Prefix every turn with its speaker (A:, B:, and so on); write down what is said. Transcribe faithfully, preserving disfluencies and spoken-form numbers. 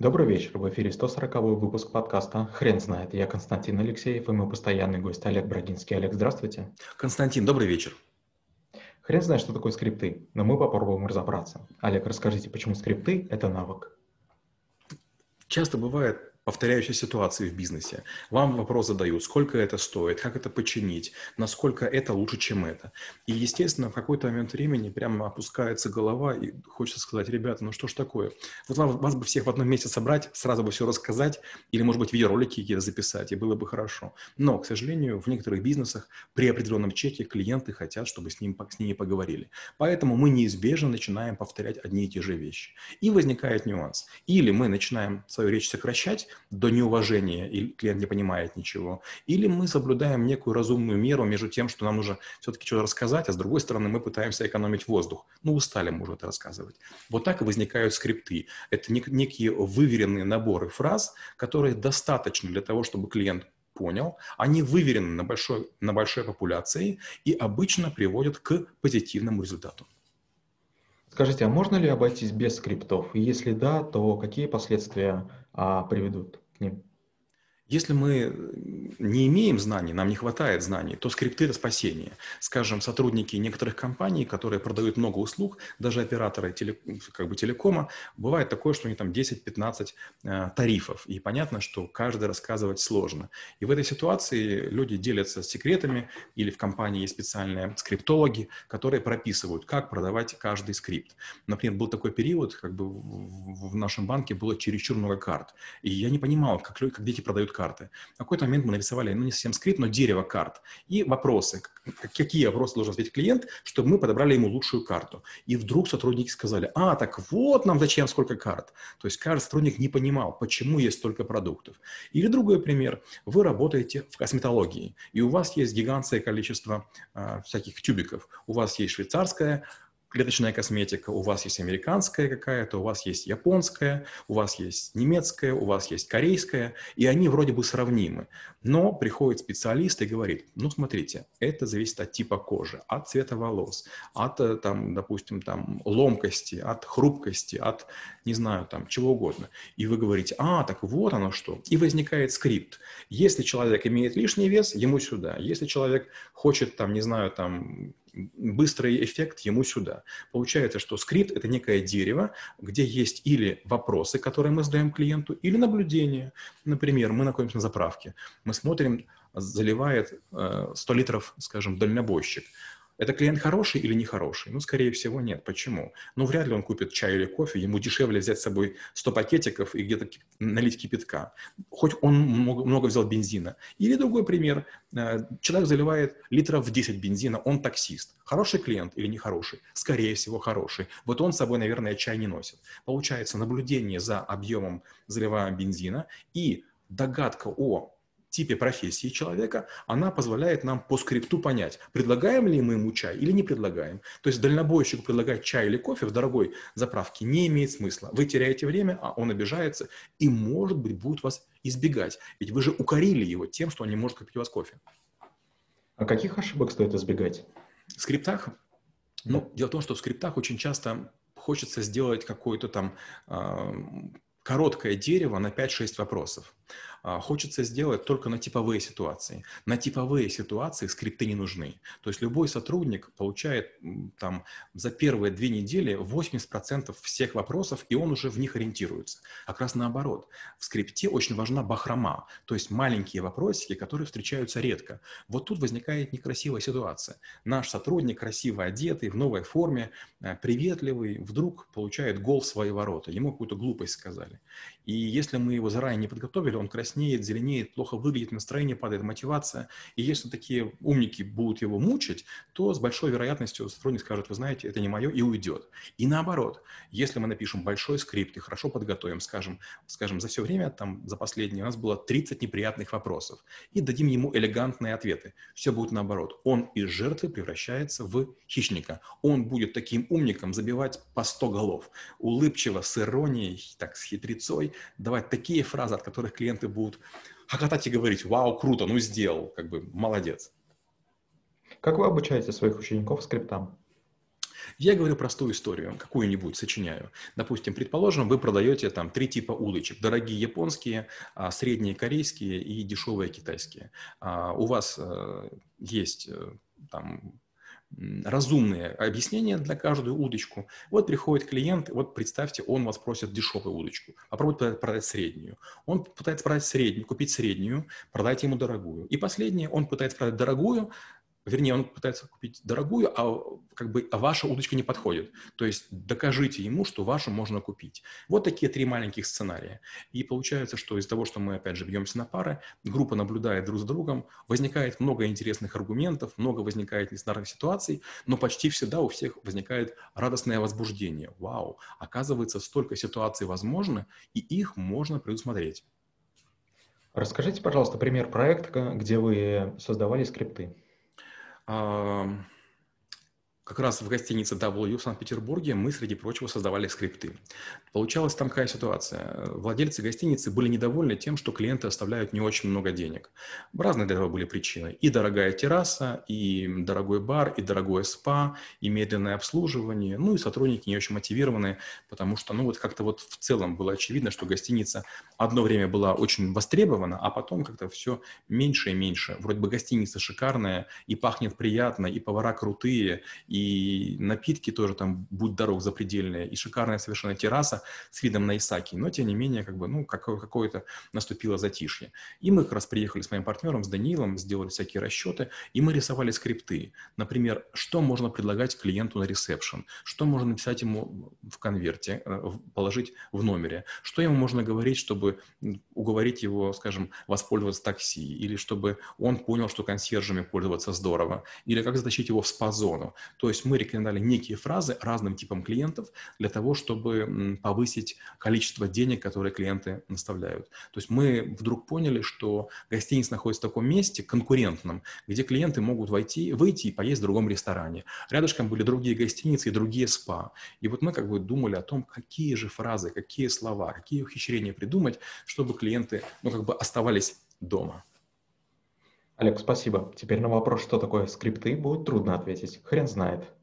A: Добрый вечер, в эфире сто сороковой выпуск подкаста «Хрен знает». Я Константин Алексеев и мой постоянный гость Олег Брагинский. Олег, здравствуйте.
B: Константин, добрый вечер.
A: Хрен знает, что такое скрипты, но мы попробуем разобраться. Олег, расскажите, почему скрипты– это навык?
B: Часто бывает повторяющие ситуации в бизнесе. Вам вопрос задают, сколько это стоит, как это починить, насколько это лучше, чем это. И, естественно, в какой-то момент времени прямо опускается голова и хочется сказать: ребята, ну что ж такое? Вот вам, вас бы всех в одном месте собрать, сразу бы все рассказать, или, может быть, видеоролики какие-то записать, и было бы хорошо. Но, к сожалению, в некоторых бизнесах при определенном чеке клиенты хотят, чтобы с, ним, с ними поговорили. Поэтому мы неизбежно начинаем повторять одни и те же вещи. И возникает нюанс. Или мы начинаем свою речь сокращать до неуважения, и клиент не понимает ничего, или мы соблюдаем некую разумную меру между тем, что нам нужно все-таки что-то рассказать, а с другой стороны мы пытаемся экономить воздух. Ну, устали мы уже это рассказывать. Вот так и возникают скрипты. Это некие выверенные наборы фраз, которые достаточно для того, чтобы клиент понял, они выверены на большой, на большой популяции и обычно приводят к позитивному результату.
A: Скажите, а можно ли обойтись без скриптов? И если да, то какие последствия а, приведут к ним?
B: Если мы не имеем знаний, нам не хватает знаний, то скрипты – это спасение. Скажем, сотрудники некоторых компаний, которые продают много услуг, даже операторы теле, как бы телекома, бывает такое, что у них там десять-пятнадцать э, тарифов. И понятно, что каждый рассказывать сложно. И в этой ситуации люди делятся секретами, или в компании есть специальные скриптологи, которые прописывают, как продавать каждый скрипт. Например, был такой период, как бы в, в нашем банке было чересчур много карт. И я не понимал, как, люди, как дети продают карты. В какой-то момент мы нарисовали, ну, не совсем скрипт, но дерево карт. И вопросы. Какие вопросы должен ответить клиент, чтобы мы подобрали ему лучшую карту. И вдруг сотрудники сказали: а, так вот нам зачем сколько карт. То есть каждый сотрудник не понимал, почему есть столько продуктов. Или другой пример. Вы работаете в косметологии, и у вас есть гигантское количество а, всяких тюбиков. У вас есть швейцарская клеточная косметика, у вас есть американская какая-то, у вас есть японская, у вас есть немецкая, у вас есть корейская, и они вроде бы сравнимы. Но приходит специалист и говорит: ну, смотрите, это зависит от типа кожи, от цвета волос, от, там, допустим, там, ломкости, от хрупкости, от, не знаю, там, чего угодно. И вы говорите: а, так вот оно что. И возникает скрипт. Если человек имеет лишний вес, ему сюда. Если человек хочет, там, не знаю, там, быстрый эффект, ему сюда. Получается, что скрипт – это некое дерево, где есть или вопросы, которые мы задаем клиенту, или наблюдения. Например, мы находимся на заправке, мы смотрим, заливает сто литров, скажем, дальнобойщик. Это клиент хороший или нехороший? Ну, скорее всего, нет. Почему? Ну, вряд ли он купит чай или кофе, ему дешевле взять с собой сто пакетиков и где-то налить кипятка. Хоть он много, много взял бензина. Или другой пример. Человек заливает литров десять бензина, он таксист. Хороший клиент или нехороший? Скорее всего, хороший. Вот он с собой, наверное, чай не носит. Получается наблюдение за объемом заливаемого бензина и догадка о типе профессии человека, она позволяет нам по скрипту понять, предлагаем ли мы ему чай или не предлагаем. То есть дальнобойщику предлагать чай или кофе в дорогой заправке не имеет смысла. Вы теряете время, а он обижается и, может быть, будет вас избегать. Ведь вы же укорили его тем, что он не может купить у вас кофе.
A: А каких ошибок стоит избегать?
B: В скриптах?
A: Да.
B: Ну, дело в том, что в скриптах очень часто хочется сделать какое-то там э, короткое дерево на пять-шесть вопросов. Хочется сделать только на типовые ситуации. На типовые ситуации скрипты не нужны. То есть любой сотрудник получает там за первые две недели восемьдесят процентов всех вопросов, и он уже в них ориентируется. А как раз наоборот. В скрипте очень важна бахрома, то есть маленькие вопросики, которые встречаются редко. Вот тут возникает некрасивая ситуация. Наш сотрудник, красиво одетый, в новой форме, приветливый, вдруг получает гол в свои ворота. Ему какую-то глупость сказали. И если мы его заранее не подготовили, он краснеет, зеленеет, плохо выглядит, настроение падает, мотивация. И если такие умники будут его мучить, то с большой вероятностью сотрудник скажет: вы знаете, это не мое, и уйдет. И наоборот, если мы напишем большой скрипт и хорошо подготовим, скажем, скажем за все время, там, за последние, у нас было тридцать неприятных вопросов, и дадим ему элегантные ответы, все будет наоборот. Он из жертвы превращается в хищника. Он будет таким умником забивать по сто голов, улыбчиво, с иронией, так, с хитрецой, давать такие фразы, от которых клиенты будут хохотать и говорить: вау, круто, ну сделал, как бы молодец.
A: Как вы обучаете своих учеников скриптам?
B: Я говорю простую историю, какую-нибудь сочиняю. Допустим, предположим, вы продаете там три типа удочек. Дорогие японские, а, средние корейские и дешевые китайские. А, У вас э, есть э, там м, разумные объяснения для каждую удочку. Вот приходит клиент, вот представьте, он вас просит дешевую удочку, попробуйте продать, продать среднюю. Он пытается продать среднюю, купить среднюю, продать ему дорогую. И последнее, он пытается продать дорогую, вернее, он пытается купить дорогую, а как бы а ваша удочка не подходит. То есть докажите ему, что вашу можно купить. Вот такие три маленьких сценария. И получается, что из-за того, что мы, опять же, бьемся на пары, группа наблюдает друг за другом, возникает много интересных аргументов, много возникает нестандартных ситуаций, но почти всегда у всех возникает радостное возбуждение. Вау, оказывается, столько ситуаций возможно, и их можно предусмотреть.
A: Расскажите, пожалуйста, пример проекта, где вы создавали скрипты.
B: Ам, Как раз в гостинице дабл ю в Санкт-Петербурге мы, среди прочего, создавали скрипты. Получалась там какая ситуация? Владельцы гостиницы были недовольны тем, что клиенты оставляют не очень много денег. Разные для этого были причины. И дорогая терраса, и дорогой бар, и дорогое спа, и медленное обслуживание. Ну и сотрудники не очень мотивированные, потому что, ну вот как-то вот в целом было очевидно, что гостиница одно время была очень востребована, а потом как-то все меньше и меньше. Вроде бы гостиница шикарная, и пахнет приятно, и повара крутые, и напитки тоже там, будь дорог, запредельные, и шикарная совершенно терраса с видом на Исаки, но тем не менее, как бы, ну, какое- какое-то наступило затишье. И мы как раз приехали с моим партнером, с Даниилом, сделали всякие расчеты, и мы рисовали скрипты. Например, что можно предлагать клиенту на ресепшн, что можно написать ему в конверте, э, в- положить в номере, что ему можно говорить, чтобы м, уговорить его, скажем, воспользоваться такси, или чтобы он понял, что консьержами пользоваться здорово, или как затащить его в спа-зону. То есть мы рекомендовали некие фразы разным типам клиентов для того, чтобы м, повысить количество денег, которые клиенты наставляют. То есть мы вдруг поняли, что гостиница находится в таком месте конкурентном, где клиенты могут войти, выйти и поесть в другом ресторане. Рядышком были другие гостиницы и другие спа. И вот мы как бы думали о том, какие же фразы, какие слова, какие ухищрения придумать, чтобы клиенты, ну, как бы оставались дома.
A: Олег, спасибо. Теперь на вопрос, что такое скрипты, будет трудно ответить. Хрен знает.